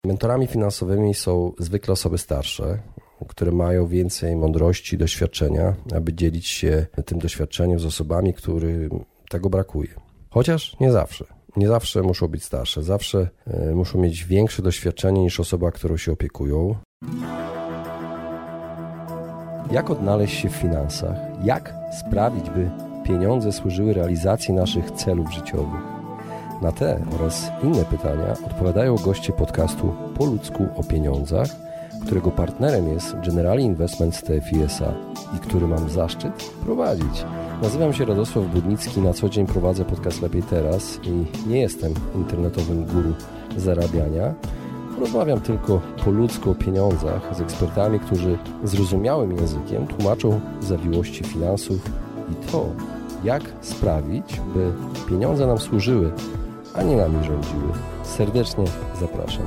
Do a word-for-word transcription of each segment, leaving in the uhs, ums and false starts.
Mentorami finansowymi są zwykle osoby starsze, które mają więcej mądrości, doświadczenia, aby dzielić się tym doświadczeniem z osobami, którym tego brakuje. Chociaż nie zawsze. Nie zawsze muszą być starsze. Zawsze y, muszą mieć większe doświadczenie niż osoba, którą się opiekują. Jak odnaleźć się w finansach? Jak sprawić, by pieniądze służyły realizacji naszych celów życiowych? Na te oraz inne pytania odpowiadają goście podcastu Po ludzku o pieniądzach, którego partnerem jest Generali Investments T F I S A i który mam zaszczyt prowadzić. Nazywam się Radosław Budnicki, na co dzień prowadzę podcast Lepiej Teraz i nie jestem internetowym guru zarabiania. Rozmawiam tylko po ludzku o pieniądzach z ekspertami, którzy zrozumiałym językiem tłumaczą zawiłości finansów i to, jak sprawić, by pieniądze nam służyły, a nie nami rządziły. Serdecznie zapraszam.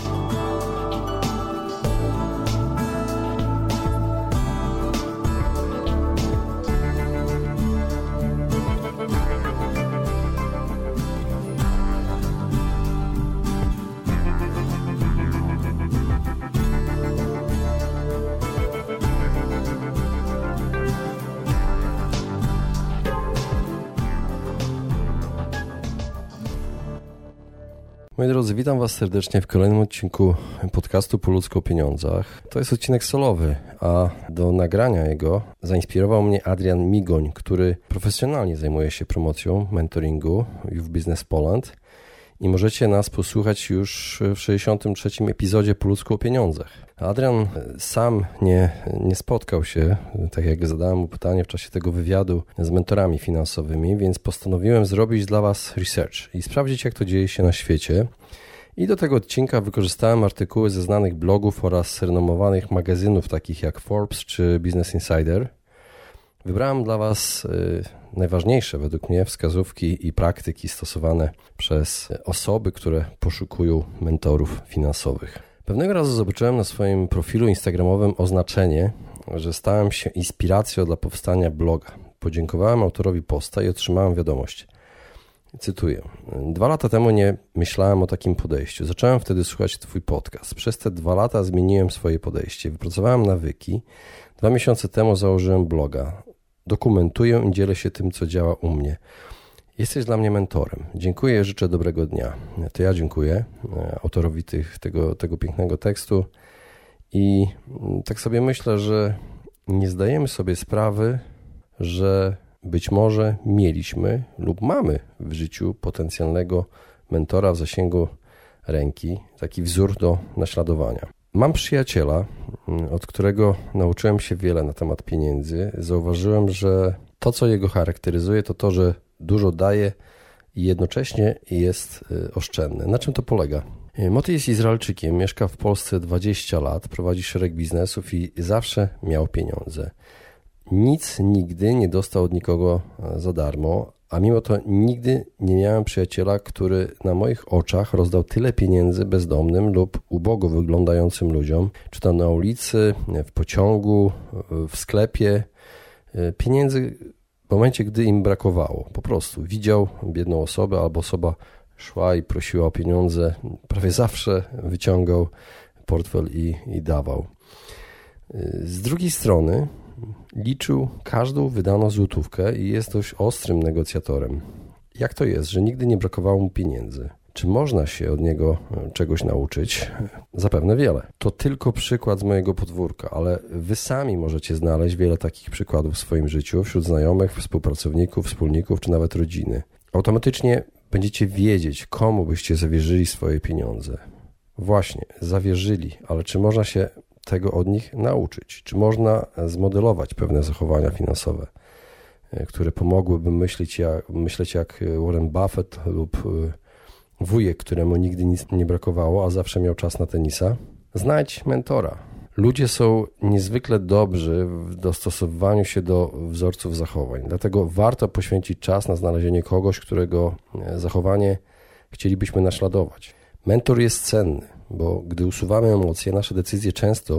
Moi drodzy, witam Was serdecznie w kolejnym odcinku podcastu Po ludzku o pieniądzach. To jest odcinek solowy, a do nagrania jego zainspirował mnie Adrian Migoń, który profesjonalnie zajmuje się promocją mentoringu Youth Business Poland i możecie nas posłuchać już w sześćdziesiątym trzecim epizodzie Po ludzku o pieniądzach. Adrian sam nie, nie spotkał się, tak jak zadałem mu pytanie w czasie tego wywiadu, z mentorami finansowymi, więc postanowiłem zrobić dla Was research i sprawdzić, jak to dzieje się na świecie. I do tego odcinka wykorzystałem artykuły ze znanych blogów oraz renomowanych magazynów takich jak Forbes czy Business Insider. Wybrałem dla Was y, najważniejsze według mnie wskazówki i praktyki stosowane przez osoby, które poszukują mentorów finansowych. Pewnego razu zobaczyłem na swoim profilu instagramowym oznaczenie, że stałem się inspiracją dla powstania bloga. Podziękowałem autorowi posta i otrzymałem wiadomość. Cytuję. Dwa lata temu nie myślałem o takim podejściu. Zacząłem wtedy słuchać Twój podcast. Przez te dwa lata zmieniłem swoje podejście. Wypracowałem nawyki. Dwa miesiące temu założyłem bloga. Dokumentuję i dzielę się tym, co działa u mnie. Jesteś dla mnie mentorem. Dziękuję, życzę dobrego dnia. To ja dziękuję autorowi tych, tego, tego pięknego tekstu i tak sobie myślę, że nie zdajemy sobie sprawy, że być może mieliśmy lub mamy w życiu potencjalnego mentora w zasięgu ręki, taki wzór do naśladowania. Mam przyjaciela, od którego nauczyłem się wiele na temat pieniędzy. Zauważyłem, że to, co jego charakteryzuje, to to, że dużo daje i jednocześnie jest oszczędny. Na czym to polega? Moti jest Izraelczykiem, mieszka w Polsce dwadzieścia lat, prowadzi szereg biznesów i zawsze miał pieniądze. Nic nigdy nie dostał od nikogo za darmo, a mimo to nigdy nie miałem przyjaciela, który na moich oczach rozdał tyle pieniędzy bezdomnym lub ubogo wyglądającym ludziom, czy to na ulicy, w pociągu, w sklepie. Pieniędzy w momencie, gdy im brakowało. Po prostu widział biedną osobę albo osoba szła i prosiła o pieniądze. Prawie zawsze wyciągał portfel i, i dawał. Z drugiej strony liczył każdą wydaną złotówkę i jest dość ostrym negocjatorem. Jak to jest, że nigdy nie brakowało mu pieniędzy? Czy można się od niego czegoś nauczyć? Zapewne wiele. To tylko przykład z mojego podwórka, ale wy sami możecie znaleźć wiele takich przykładów w swoim życiu, wśród znajomych, współpracowników, wspólników czy nawet rodziny. Automatycznie będziecie wiedzieć, komu byście zawierzyli swoje pieniądze. Właśnie, zawierzyli, ale czy można się tego od nich nauczyć? Czy można zmodelować pewne zachowania finansowe, które pomogłyby myśleć jak, myśleć jak Warren Buffett lub wujek, któremu nigdy nic nie brakowało, a zawsze miał czas na tenisa? Znajdź mentora. Ludzie są niezwykle dobrzy w dostosowywaniu się do wzorców zachowań, dlatego warto poświęcić czas na znalezienie kogoś, którego zachowanie chcielibyśmy naśladować. Mentor jest cenny, bo gdy usuwamy emocje, nasze decyzje często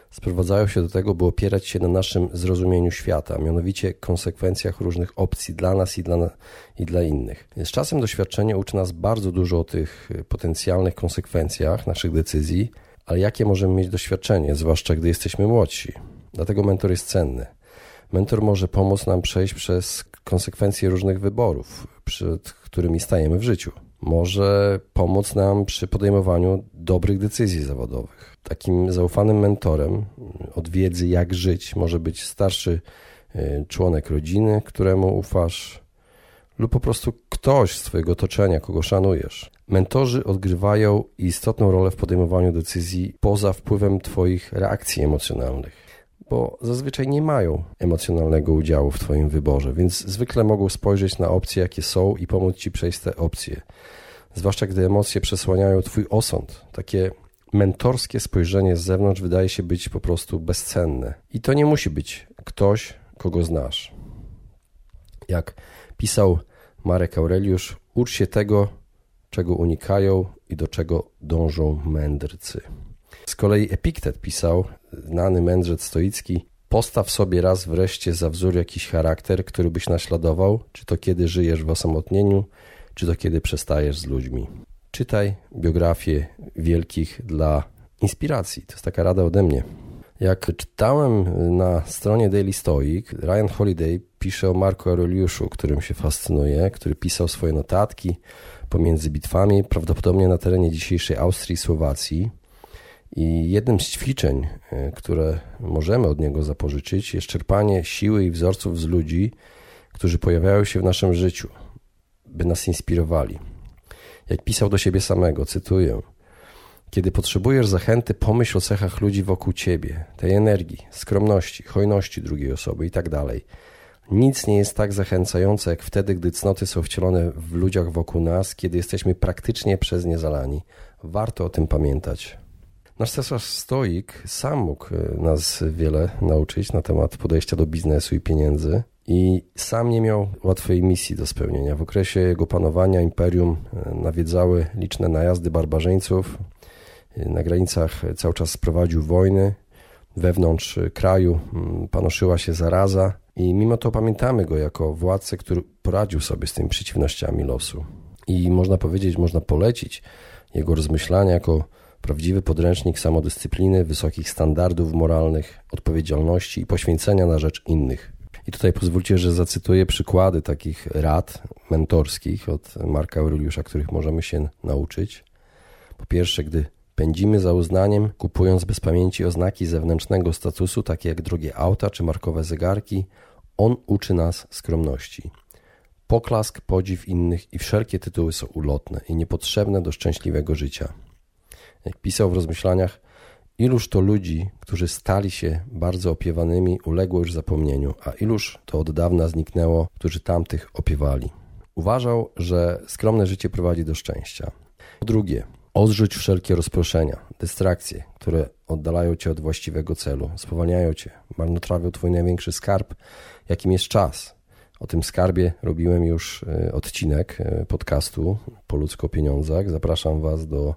sprowadzają się do tego, by opierać się na naszym zrozumieniu świata, a mianowicie konsekwencjach różnych opcji dla nas i dla, i dla innych. Z czasem doświadczenie uczy nas bardzo dużo o tych potencjalnych konsekwencjach naszych decyzji, ale jakie możemy mieć doświadczenie, zwłaszcza gdy jesteśmy młodsi. Dlatego mentor jest cenny. Mentor może pomóc nam przejść przez konsekwencje różnych wyborów, przed którymi stajemy w życiu. Może pomóc nam przy podejmowaniu dobrych decyzji zawodowych. Takim zaufanym mentorem od wiedzy, jak żyć, może być starszy członek rodziny, któremu ufasz, lub po prostu ktoś z twojego otoczenia, kogo szanujesz. Mentorzy odgrywają istotną rolę w podejmowaniu decyzji poza wpływem twoich reakcji emocjonalnych, bo zazwyczaj nie mają emocjonalnego udziału w twoim wyborze, więc zwykle mogą spojrzeć na opcje, jakie są i pomóc ci przejść te opcje. Zwłaszcza gdy emocje przesłaniają twój osąd. Takie mentorskie spojrzenie z zewnątrz wydaje się być po prostu bezcenne. I to nie musi być ktoś, kogo znasz. Jak pisał Marek Aureliusz, ucz się tego, czego unikają i do czego dążą mędrcy. Z kolei Epiktet pisał, znany mędrzec stoicki, postaw sobie raz wreszcie za wzór jakiś charakter, który byś naśladował, czy to kiedy żyjesz w osamotnieniu, czy to kiedy przestajesz z ludźmi. Czytaj biografię wielkich dla inspiracji. To jest taka rada ode mnie. Jak czytałem na stronie Daily Stoic, Ryan Holiday pisze o Marku Aureliuszu, którym się fascynuje, który pisał swoje notatki pomiędzy bitwami, prawdopodobnie na terenie dzisiejszej Austrii i Słowacji. I jednym z ćwiczeń, które możemy od niego zapożyczyć, jest czerpanie siły i wzorców z ludzi, którzy pojawiają się w naszym życiu, by nas inspirowali. Jak pisał do siebie samego, cytuję: kiedy potrzebujesz zachęty, pomyśl o cechach ludzi wokół ciebie, tej energii, skromności, hojności drugiej osoby i tak dalej. Nic nie jest tak zachęcające, jak wtedy, gdy cnoty są wcielone w ludziach wokół nas, kiedy jesteśmy praktycznie przez nie zalani. Warto o tym pamiętać. Nasz cesarz stoik sam mógł nas wiele nauczyć na temat podejścia do biznesu i pieniędzy i sam nie miał łatwej misji do spełnienia. W okresie jego panowania imperium nawiedzały liczne najazdy barbarzyńców. Na granicach cały czas prowadził wojny. Wewnątrz kraju panoszyła się zaraza i mimo to pamiętamy go jako władcę, który poradził sobie z tymi przeciwnościami losu. I można powiedzieć, można polecić jego rozmyślania jako prawdziwy podręcznik samodyscypliny, wysokich standardów moralnych, odpowiedzialności i poświęcenia na rzecz innych. I tutaj pozwólcie, że zacytuję przykłady takich rad mentorskich od Marka Aureliusza, których możemy się nauczyć. Po pierwsze, gdy pędzimy za uznaniem, kupując bez pamięci oznaki zewnętrznego statusu, takie jak drogie auta czy markowe zegarki, on uczy nas skromności. Poklask, podziw innych i wszelkie tytuły są ulotne i niepotrzebne do szczęśliwego życia. Jak pisał w rozmyślaniach, iluż to ludzi, którzy stali się bardzo opiewanymi, uległo już zapomnieniu, a iluż to od dawna zniknęło, którzy tamtych opiewali. Uważał, że skromne życie prowadzi do szczęścia. Po drugie, odrzuć wszelkie rozproszenia, dystrakcje, które oddalają cię od właściwego celu, spowalniają cię, marnotrawią twój największy skarb, jakim jest czas. O tym skarbie robiłem już odcinek podcastu Po ludzko o pieniądzach. Zapraszam was do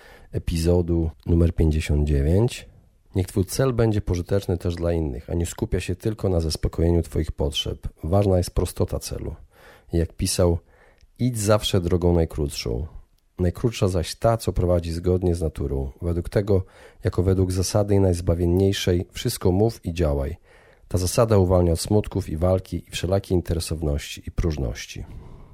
epizodu numer pięćdziesiąt dziewięć. Niech twój cel będzie pożyteczny też dla innych, a nie skupia się tylko na zaspokojeniu twoich potrzeb. Ważna jest prostota celu. Jak pisał, idź zawsze drogą najkrótszą. Najkrótsza zaś ta, co prowadzi zgodnie z naturą. Według tego, jako według zasady najzbawienniejszej, wszystko mów i działaj. Ta zasada uwalnia od smutków i walki i wszelakiej interesowności i próżności.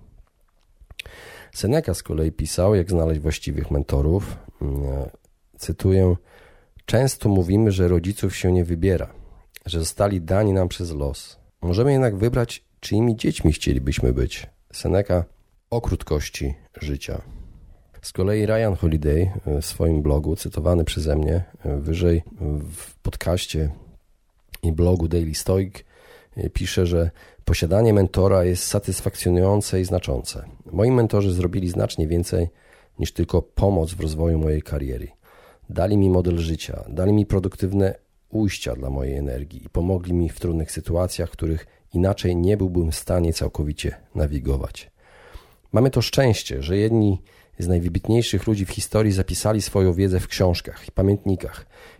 Seneca z kolei pisał, jak znaleźć właściwych mentorów. Cytuję: często mówimy, że rodziców się nie wybiera, że zostali dani nam przez los. Możemy jednak wybrać, czyimi dziećmi chcielibyśmy być. Seneca o krótkości życia. Z kolei Ryan Holiday w swoim blogu, cytowany przeze mnie wyżej w podcaście i blogu Daily Stoic, pisze, że posiadanie mentora jest satysfakcjonujące i znaczące. Moi mentorzy zrobili znacznie więcej niż tylko pomoc w rozwoju mojej kariery. Dali mi model życia, dali mi produktywne ujścia dla mojej energii i pomogli mi w trudnych sytuacjach, których inaczej nie byłbym w stanie całkowicie nawigować. Mamy to szczęście, że jedni z najwybitniejszych ludzi w historii zapisali swoją wiedzę w książkach i pamiętnikach.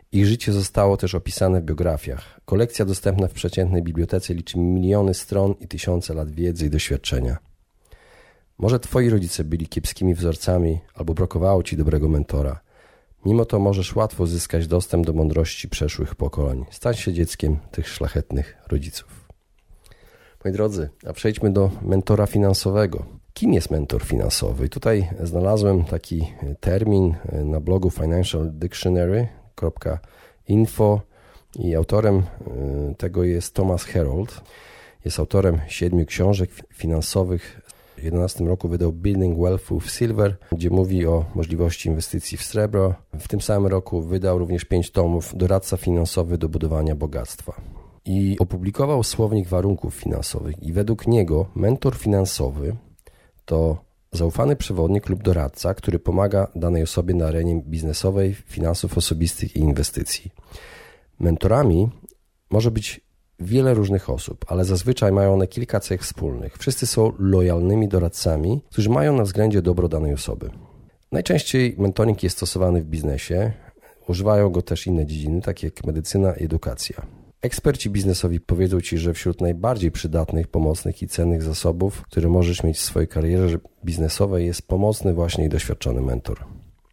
Ich życie zostało też opisane w biografiach. Kolekcja dostępna w przeciętnej bibliotece liczy miliony stron i tysiące lat wiedzy i doświadczenia. Może twoi rodzice byli kiepskimi wzorcami albo brakowało ci dobrego mentora. Mimo to możesz łatwo zyskać dostęp do mądrości przeszłych pokoleń. Stań się dzieckiem tych szlachetnych rodziców. Moi drodzy, a przejdźmy do mentora finansowego. Kim jest mentor finansowy? I tutaj znalazłem taki termin na blogu financial dictionary kropka info i autorem tego jest Thomas Herold. Jest autorem siedmiu książek finansowych. W dwa tysiące jedenastym roku wydał Building Wealth with Silver, gdzie mówi o możliwości inwestycji w srebro. W tym samym roku wydał również pięć tomów Doradca finansowy do budowania bogactwa. I opublikował słownik warunków finansowych i według niego mentor finansowy to zaufany przewodnik lub doradca, który pomaga danej osobie na arenie biznesowej, finansów osobistych i inwestycji. Mentorami może być wiele różnych osób, ale zazwyczaj mają one kilka cech wspólnych. Wszyscy są lojalnymi doradcami, którzy mają na względzie dobro danej osoby. Najczęściej mentoring jest stosowany w biznesie. Używają go też inne dziedziny, takie jak medycyna i edukacja. Eksperci biznesowi powiedzą Ci, że wśród najbardziej przydatnych, pomocnych i cennych zasobów, które możesz mieć w swojej karierze biznesowej, jest pomocny właśnie i doświadczony mentor.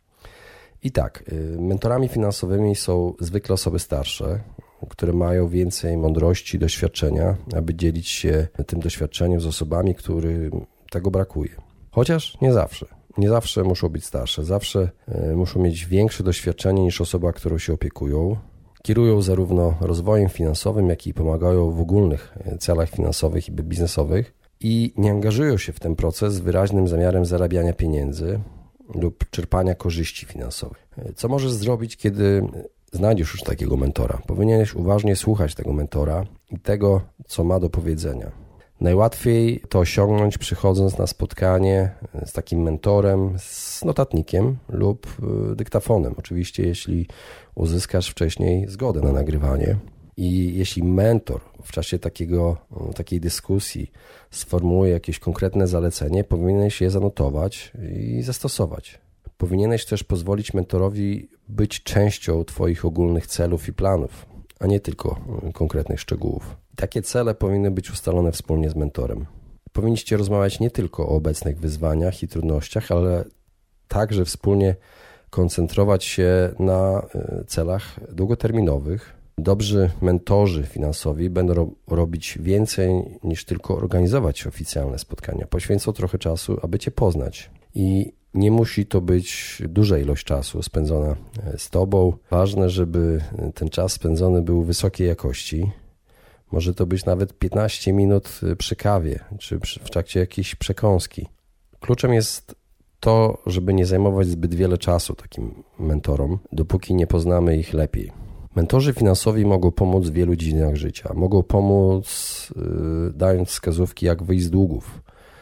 I tak, mentorami finansowymi są zwykle osoby starsze, które mają więcej mądrości i doświadczenia, aby dzielić się tym doświadczeniem z osobami, którym tego brakuje. Chociaż nie zawsze. Nie zawsze muszą być starsze. Zawsze muszą mieć większe doświadczenie niż osoba, którą się opiekują. Kierują zarówno rozwojem finansowym, jak i pomagają w ogólnych celach finansowych i biznesowych i nie angażują się w ten proces z wyraźnym zamiarem zarabiania pieniędzy lub czerpania korzyści finansowych. Co możesz zrobić, kiedy znajdziesz już takiego mentora? Powinieneś uważnie słuchać tego mentora i tego, co ma do powiedzenia. Najłatwiej to osiągnąć przychodząc na spotkanie z takim mentorem, z notatnikiem lub dyktafonem. Oczywiście jeśli uzyskasz wcześniej zgodę na nagrywanie i jeśli mentor w czasie takiego, takiej dyskusji sformułuje jakieś konkretne zalecenie, powinieneś je zanotować i zastosować. Powinieneś też pozwolić mentorowi być częścią Twoich ogólnych celów i planów, a nie tylko konkretnych szczegółów. Takie cele powinny być ustalone wspólnie z mentorem. Powinniście rozmawiać nie tylko o obecnych wyzwaniach i trudnościach, ale także wspólnie koncentrować się na celach długoterminowych. Dobrzy mentorzy finansowi będą ro- robić więcej niż tylko organizować oficjalne spotkania. Poświęcą trochę czasu, aby Cię poznać. I nie musi to być duża ilość czasu spędzona z Tobą. Ważne, żeby ten czas spędzony był wysokiej jakości. Może to być nawet piętnaście minut przy kawie, czy w trakcie jakiejś przekąski. Kluczem jest to, żeby nie zajmować zbyt wiele czasu takim mentorom, dopóki nie poznamy ich lepiej. Mentorzy finansowi mogą pomóc w wielu dziedzinach życia. Mogą pomóc yy, dając wskazówki, jak wyjść z długów.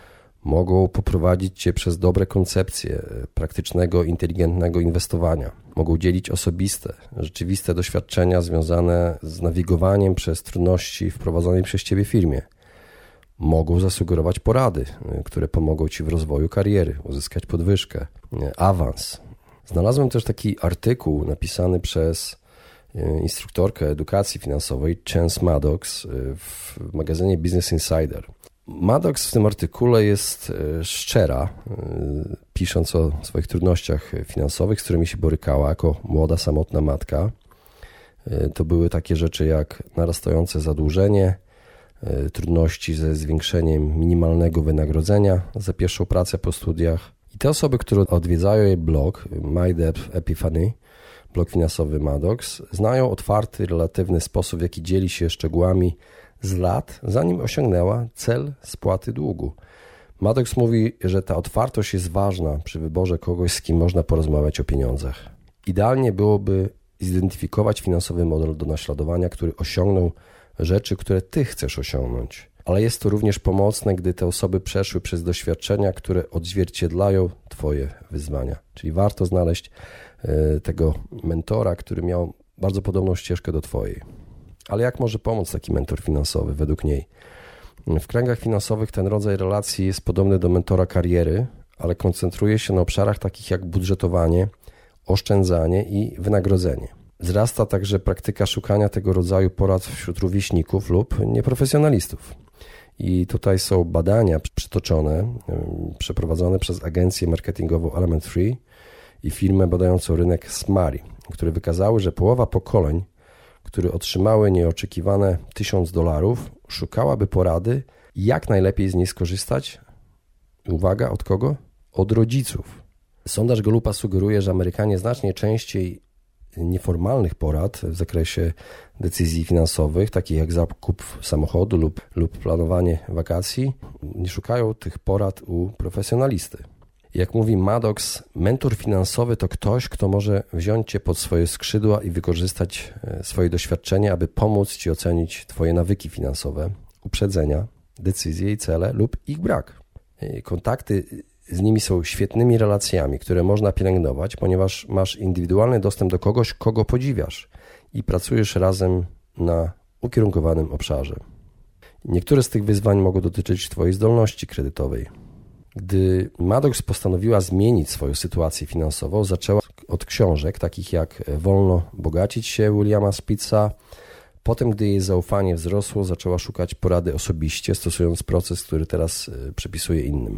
Mogą poprowadzić Cię przez dobre koncepcje praktycznego, inteligentnego inwestowania. Mogą dzielić osobiste, rzeczywiste doświadczenia związane z nawigowaniem przez trudności w prowadzonej przez Ciebie firmie. Mogą zasugerować porady, które pomogą Ci w rozwoju kariery, uzyskać podwyżkę, awans. Znalazłem też taki artykuł napisany przez instruktorkę edukacji finansowej Chance Maddox w magazynie Business Insider. Maddox w tym artykule jest szczera, pisząc o swoich trudnościach finansowych, z którymi się borykała jako młoda, samotna matka. To były takie rzeczy jak narastające zadłużenie, trudności ze zwiększeniem minimalnego wynagrodzenia za pierwszą pracę po studiach. I te osoby, które odwiedzają jej blog My Debt Epiphany, blog finansowy Maddox, znają otwarty, relatywny sposób, w jaki dzieli się szczegółami z lat, zanim osiągnęła cel spłaty długu. Maddox mówi, że ta otwartość jest ważna przy wyborze kogoś, z kim można porozmawiać o pieniądzach. Idealnie byłoby zidentyfikować finansowy model do naśladowania, który osiągnął rzeczy, które Ty chcesz osiągnąć. Ale jest to również pomocne, gdy te osoby przeszły przez doświadczenia, które odzwierciedlają Twoje wyzwania. Czyli warto znaleźć tego mentora, który miał bardzo podobną ścieżkę do Twojej. Ale jak może pomóc taki mentor finansowy według niej? W kręgach finansowych ten rodzaj relacji jest podobny do mentora kariery, ale koncentruje się na obszarach takich jak budżetowanie, oszczędzanie i wynagrodzenie. Wzrasta także praktyka szukania tego rodzaju porad wśród rówieśników lub nieprofesjonalistów. I tutaj są badania przytoczone, przeprowadzone przez agencję marketingową Element trzy i firmę badającą rynek Smari, które wykazały, że połowa pokoleń, które otrzymały nieoczekiwane tysiąc dolarów, szukałaby porady, jak najlepiej z niej skorzystać. Uwaga, od kogo? Od rodziców. Sondaż Gallupa sugeruje, że Amerykanie znacznie częściej nieformalnych porad w zakresie decyzji finansowych, takich jak zakup samochodu lub, lub planowanie wakacji, nie szukają tych porad u profesjonalisty. Jak mówi Maddox, mentor finansowy to ktoś, kto może wziąć Cię pod swoje skrzydła i wykorzystać swoje doświadczenie, aby pomóc Ci ocenić Twoje nawyki finansowe, uprzedzenia, decyzje i cele lub ich brak. Kontakty z nimi są świetnymi relacjami, które można pielęgnować, ponieważ masz indywidualny dostęp do kogoś, kogo podziwiasz i pracujesz razem na ukierunkowanym obszarze. Niektóre z tych wyzwań mogą dotyczyć Twojej zdolności kredytowej. Gdy Maddox postanowiła zmienić swoją sytuację finansową, zaczęła od książek takich jak Wolno bogacić się Williama Spitza. Potem, gdy jej zaufanie wzrosło, zaczęła szukać porady osobiście, stosując proces, który teraz przypisuje innym.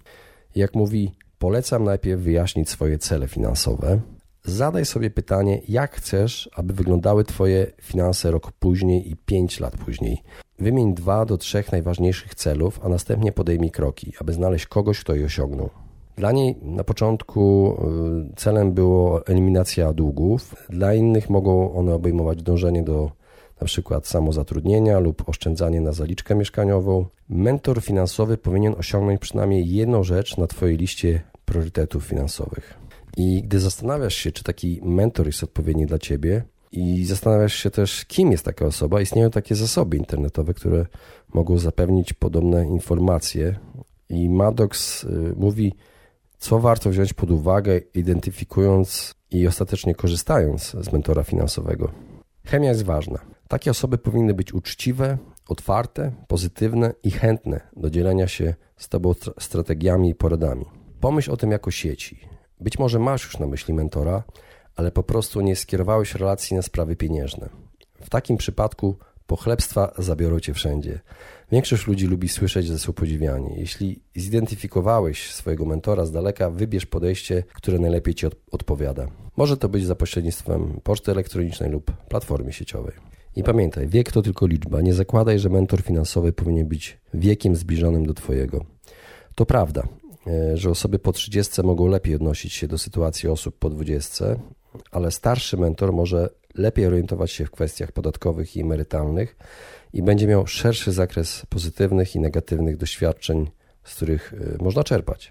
Jak mówi, polecam najpierw wyjaśnić swoje cele finansowe. Zadaj sobie pytanie, jak chcesz, aby wyglądały Twoje finanse rok później i pięć lat później. Wymień dwa do trzech najważniejszych celów, a następnie podejmij kroki, aby znaleźć kogoś, kto je osiągnął. Dla niej na początku celem było eliminacja długów. Dla innych mogą one obejmować dążenie do na przykład samozatrudnienia lub oszczędzanie na zaliczkę mieszkaniową. Mentor finansowy powinien osiągnąć przynajmniej jedną rzecz na Twojej liście priorytetów finansowych. I gdy zastanawiasz się, czy taki mentor jest odpowiedni dla Ciebie i zastanawiasz się też, kim jest taka osoba, istnieją takie zasoby internetowe, które mogą zapewnić podobne informacje. I Maddox mówi, co warto wziąć pod uwagę, identyfikując i ostatecznie korzystając z mentora finansowego. Chemia jest ważna. Takie osoby powinny być uczciwe, otwarte, pozytywne i chętne do dzielenia się z Tobą strategiami i poradami. Pomyśl o tym jako sieci. Być może masz już na myśli mentora, ale po prostu nie skierowałeś relacji na sprawy pieniężne. W takim przypadku pochlebstwa zabiorą Cię wszędzie. Większość ludzi lubi słyszeć, że są podziwiani. Jeśli zidentyfikowałeś swojego mentora z daleka, wybierz podejście, które najlepiej Ci odpowiada. Może to być za pośrednictwem poczty elektronicznej lub platformy sieciowej. I pamiętaj, wiek to tylko liczba. Nie zakładaj, że mentor finansowy powinien być wiekiem zbliżonym do Twojego. To prawda, że osoby po trzydziestce mogą lepiej odnosić się do sytuacji osób po dwudziestce, ale starszy mentor może lepiej orientować się w kwestiach podatkowych i emerytalnych i będzie miał szerszy zakres pozytywnych i negatywnych doświadczeń, z których można czerpać.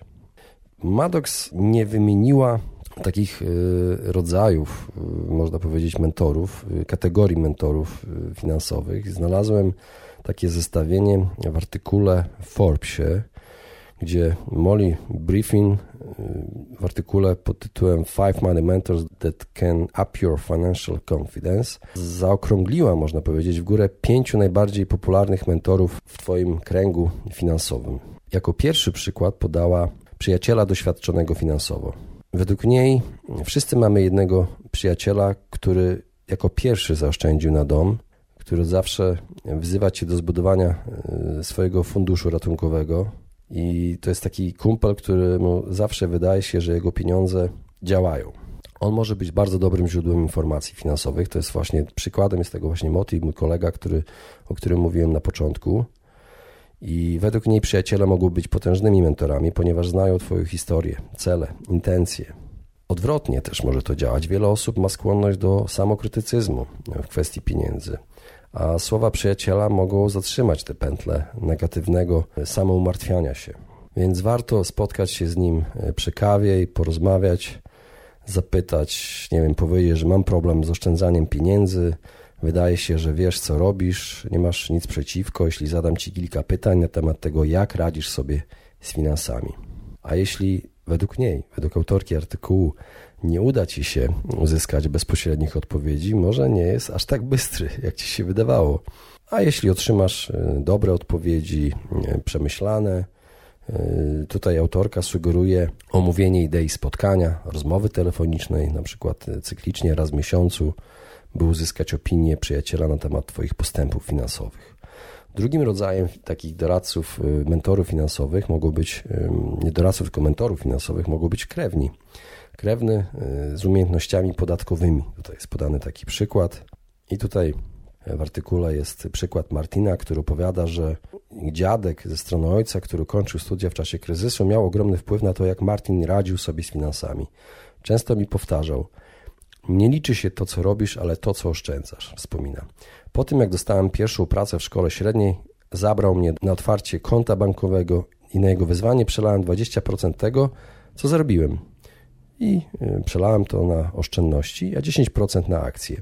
Maddox nie wymieniła takich rodzajów, można powiedzieć, mentorów, kategorii mentorów finansowych. Znalazłem takie zestawienie w artykule w Forbesie, gdzie Molly Griffin w artykule pod tytułem Five Money Mentors that can up your financial confidence zaokrągliła, można powiedzieć, w górę pięciu najbardziej popularnych mentorów w Twoim kręgu finansowym. Jako pierwszy przykład podała przyjaciela doświadczonego finansowo. Według niej wszyscy mamy jednego przyjaciela, który jako pierwszy zaoszczędził na dom, który zawsze wzywa Cię do zbudowania swojego funduszu ratunkowego. I to jest taki kumpel, któremu zawsze wydaje się, że jego pieniądze działają. On może być bardzo dobrym źródłem informacji finansowych. To jest właśnie przykładem jest tego właśnie Moti, mój kolega, który, o którym mówiłem na początku. I według niej przyjaciele mogą być potężnymi mentorami, ponieważ znają Twoją historię, cele, intencje. Odwrotnie też może to działać. Wiele osób ma skłonność do samokrytycyzmu w kwestii pieniędzy, a słowa przyjaciela mogą zatrzymać te pętle negatywnego samoumartwiania się. Więc warto spotkać się z nim przy kawie i porozmawiać, zapytać, nie wiem, powiedzieć, że mam problem z oszczędzaniem pieniędzy, wydaje się, że wiesz, co robisz, nie masz nic przeciwko, jeśli zadam Ci kilka pytań na temat tego, jak radzisz sobie z finansami. A jeśli według niej, według autorki artykułu, nie uda Ci się uzyskać bezpośrednich odpowiedzi, może nie jest aż tak bystry, jak Ci się wydawało. A jeśli otrzymasz dobre odpowiedzi, przemyślane, Tutaj autorka sugeruje omówienie idei spotkania, rozmowy telefonicznej, na przykład cyklicznie raz w miesiącu, by uzyskać opinię przyjaciela na temat Twoich postępów finansowych. Drugim rodzajem takich doradców, mentorów finansowych mogą być, nie doradców, tylko mentorów finansowych mogą być krewni. Krewny z umiejętnościami podatkowymi. Tutaj jest podany taki przykład i tutaj w artykule jest przykład Martina, który opowiada, że dziadek ze strony ojca, który kończył studia w czasie kryzysu, miał ogromny wpływ na to, jak Martin radził sobie z finansami. Często mi powtarzał: nie liczy się to, co robisz, ale to, co oszczędzasz, wspomina. Po tym, jak dostałem pierwszą pracę w szkole średniej, zabrał mnie na otwarcie konta bankowego i na jego wezwanie przelałem dwadzieścia procent tego, co zarobiłem. I przelałem to na oszczędności, a dziesięć procent na akcje.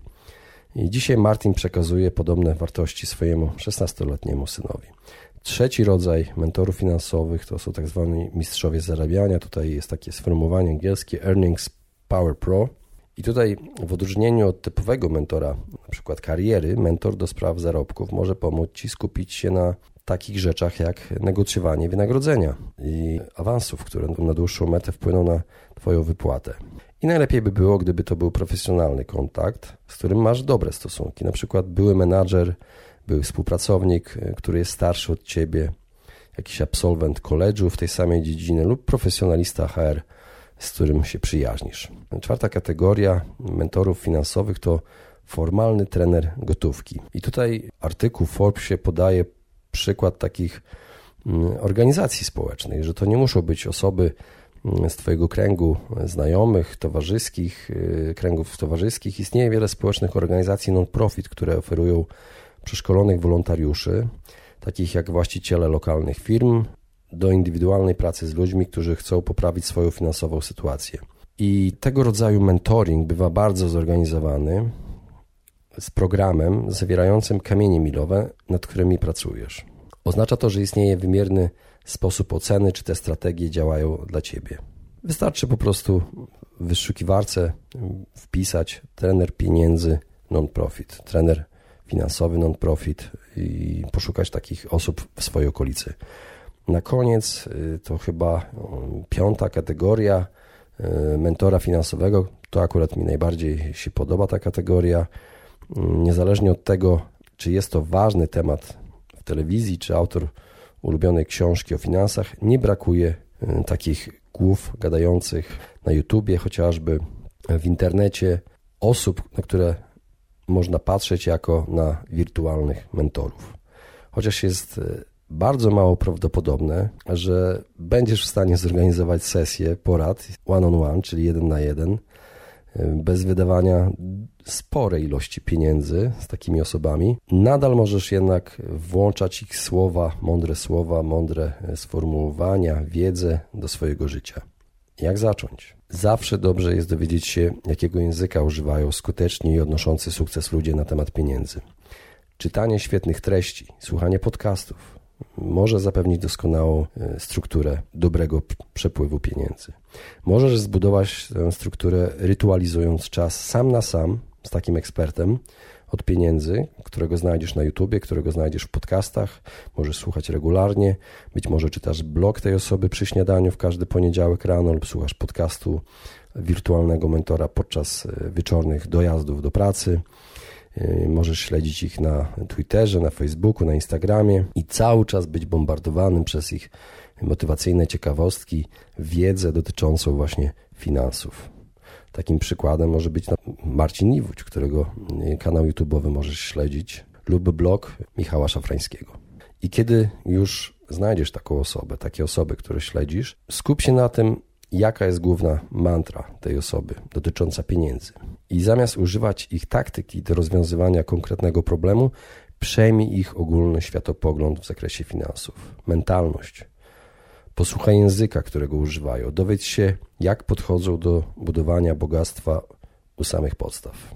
I dzisiaj Martin przekazuje podobne wartości swojemu szesnastoletniemu synowi. Trzeci rodzaj mentorów finansowych to są tak zwani mistrzowie zarabiania. Tutaj jest takie sformułowanie angielskie Earnings Power Pro. I tutaj w odróżnieniu od typowego mentora, na przykład kariery, mentor do spraw zarobków może pomóc Ci skupić się na takich rzeczach jak negocjowanie wynagrodzenia i awansów, które na dłuższą metę wpłyną na Twoją wypłatę. I najlepiej by było, gdyby to był profesjonalny kontakt, z którym masz dobre stosunki. Na przykład były menadżer, były współpracownik, który jest starszy od Ciebie, jakiś absolwent college'u w tej samej dziedzinie lub profesjonalista H R, z którym się przyjaźnisz. Czwarta kategoria mentorów finansowych to formalny trener gotówki. I tutaj artykuł w Forbesie podaje przykład takich organizacji społecznych, że to nie muszą być osoby z Twojego kręgu znajomych, towarzyskich, kręgów towarzyskich. Istnieje wiele społecznych organizacji non-profit, które oferują przeszkolonych wolontariuszy, takich jak właściciele lokalnych firm, do indywidualnej pracy z ludźmi, którzy chcą poprawić swoją finansową sytuację. I tego rodzaju mentoring bywa bardzo zorganizowany z programem zawierającym kamienie milowe, nad którymi pracujesz. Oznacza to, że istnieje wymierny sposób oceny, czy te strategie działają dla Ciebie. Wystarczy po prostu w wyszukiwarce wpisać trener pieniędzy non-profit, trener finansowy non-profit i poszukać takich osób w swojej okolicy. Na koniec to chyba piąta kategoria mentora finansowego. To akurat mi najbardziej się podoba ta kategoria. Niezależnie od tego, czy jest to ważny temat w telewizji, czy autor ulubionej książki o finansach, nie brakuje takich głów gadających na YouTubie, chociażby w internecie, osób, na które można patrzeć jako na wirtualnych mentorów. Chociaż jest bardzo mało prawdopodobne, że będziesz w stanie zorganizować sesję porad one-on-one, czyli jeden na jeden, bez wydawania sporej ilości pieniędzy z takimi osobami. Nadal możesz jednak włączać ich słowa, mądre słowa, mądre sformułowania, wiedzę do swojego życia. Jak zacząć? Zawsze dobrze jest dowiedzieć się, jakiego języka używają skuteczni i odnoszący sukces ludzie na temat pieniędzy. Czytanie świetnych treści, słuchanie podcastów może zapewnić doskonałą strukturę dobrego przepływu pieniędzy. Możesz zbudować tę strukturę rytualizując czas sam na sam z takim ekspertem od pieniędzy, którego znajdziesz na YouTubie, którego znajdziesz w podcastach, możesz słuchać regularnie, być może czytasz blog tej osoby przy śniadaniu w każdy poniedziałek rano lub słuchasz podcastu wirtualnego mentora podczas wieczornych dojazdów do pracy. Możesz śledzić ich na Twitterze, na Facebooku, na Instagramie i cały czas być bombardowanym przez ich motywacyjne ciekawostki, wiedzę dotyczącą właśnie finansów. Takim przykładem może być Marcin Niwódź, którego kanał YouTube'owy możesz śledzić, lub blog Michała Szafrańskiego. I kiedy już znajdziesz taką osobę, takie osoby, które śledzisz, skup się na tym, jaka jest główna mantra tej osoby dotycząca pieniędzy. I zamiast używać ich taktyki do rozwiązywania konkretnego problemu, przejmij ich ogólny światopogląd w zakresie finansów, mentalność. Posłuchaj języka, którego używają. Dowiedz się, jak podchodzą do budowania bogactwa u samych podstaw.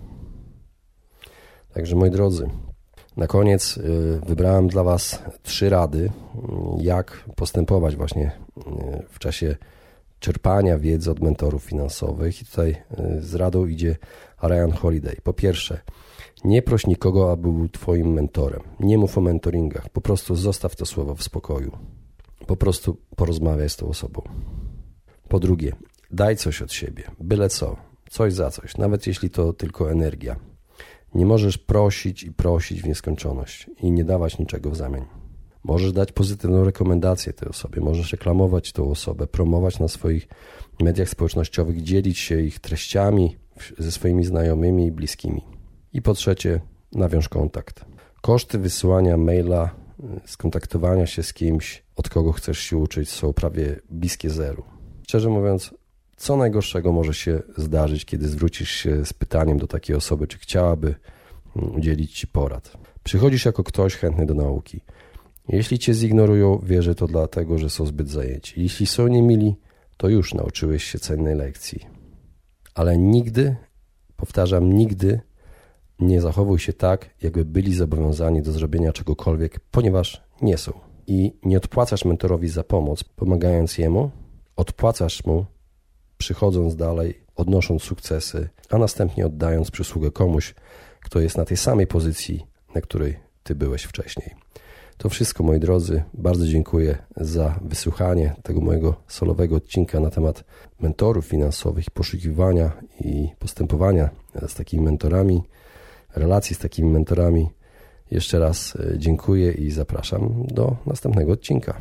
Także moi drodzy, na koniec wybrałem dla Was trzy rady, jak postępować właśnie w czasie czerpania wiedzy od mentorów finansowych. I tutaj z radą idzie Ryan Holiday. Po pierwsze, nie proś nikogo, aby był Twoim mentorem. Nie mów o mentoringach. Po prostu zostaw to słowo w spokoju. Po prostu porozmawiaj z tą osobą. Po drugie, daj coś od siebie, byle co, coś za coś, nawet jeśli to tylko energia. Nie możesz prosić i prosić w nieskończoność i nie dawać niczego w zamian. Możesz dać pozytywną rekomendację tej osobie, możesz reklamować tą osobę, promować na swoich mediach społecznościowych, dzielić się ich treściami ze swoimi znajomymi i bliskimi. I po trzecie, nawiąż kontakt. Koszty wysyłania maila, skontaktowania się z kimś, od kogo chcesz się uczyć, są prawie bliskie zeru. Szczerze mówiąc, co najgorszego może się zdarzyć, kiedy zwrócisz się z pytaniem do takiej osoby, czy chciałaby udzielić ci porad. Przychodzisz jako ktoś chętny do nauki. Jeśli cię zignorują, wierzę to dlatego, że są zbyt zajęci. Jeśli są niemili, to już nauczyłeś się cennej lekcji. Ale nigdy, powtarzam, nigdy nie zachowuj się tak, jakby byli zobowiązani do zrobienia czegokolwiek, ponieważ nie są. I nie odpłacasz mentorowi za pomoc, pomagając jemu, odpłacasz mu, przychodząc dalej, odnosząc sukcesy, a następnie oddając przysługę komuś, kto jest na tej samej pozycji, na której ty byłeś wcześniej. To wszystko, moi drodzy. Bardzo dziękuję za wysłuchanie tego mojego solowego odcinka na temat mentorów finansowych, poszukiwania i postępowania z takimi mentorami, relacji z takimi mentorami. Jeszcze raz dziękuję i zapraszam do następnego odcinka.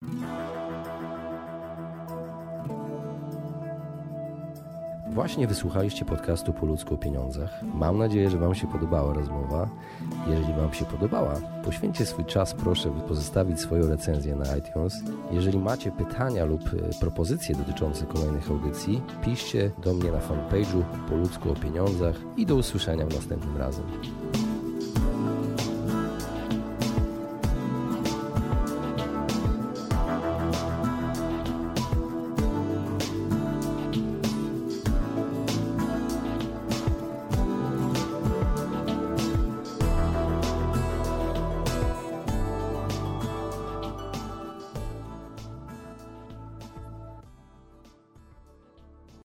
Właśnie wysłuchaliście podcastu Po ludzku o pieniądzach. Mam nadzieję, że Wam się podobała rozmowa. Jeżeli Wam się podobała, poświęćcie swój czas, proszę, by pozostawić swoją recenzję na iTunes. Jeżeli macie pytania lub propozycje dotyczące kolejnych audycji, piszcie do mnie na fanpage'u Po ludzku o pieniądzach i do usłyszenia w następnym razem.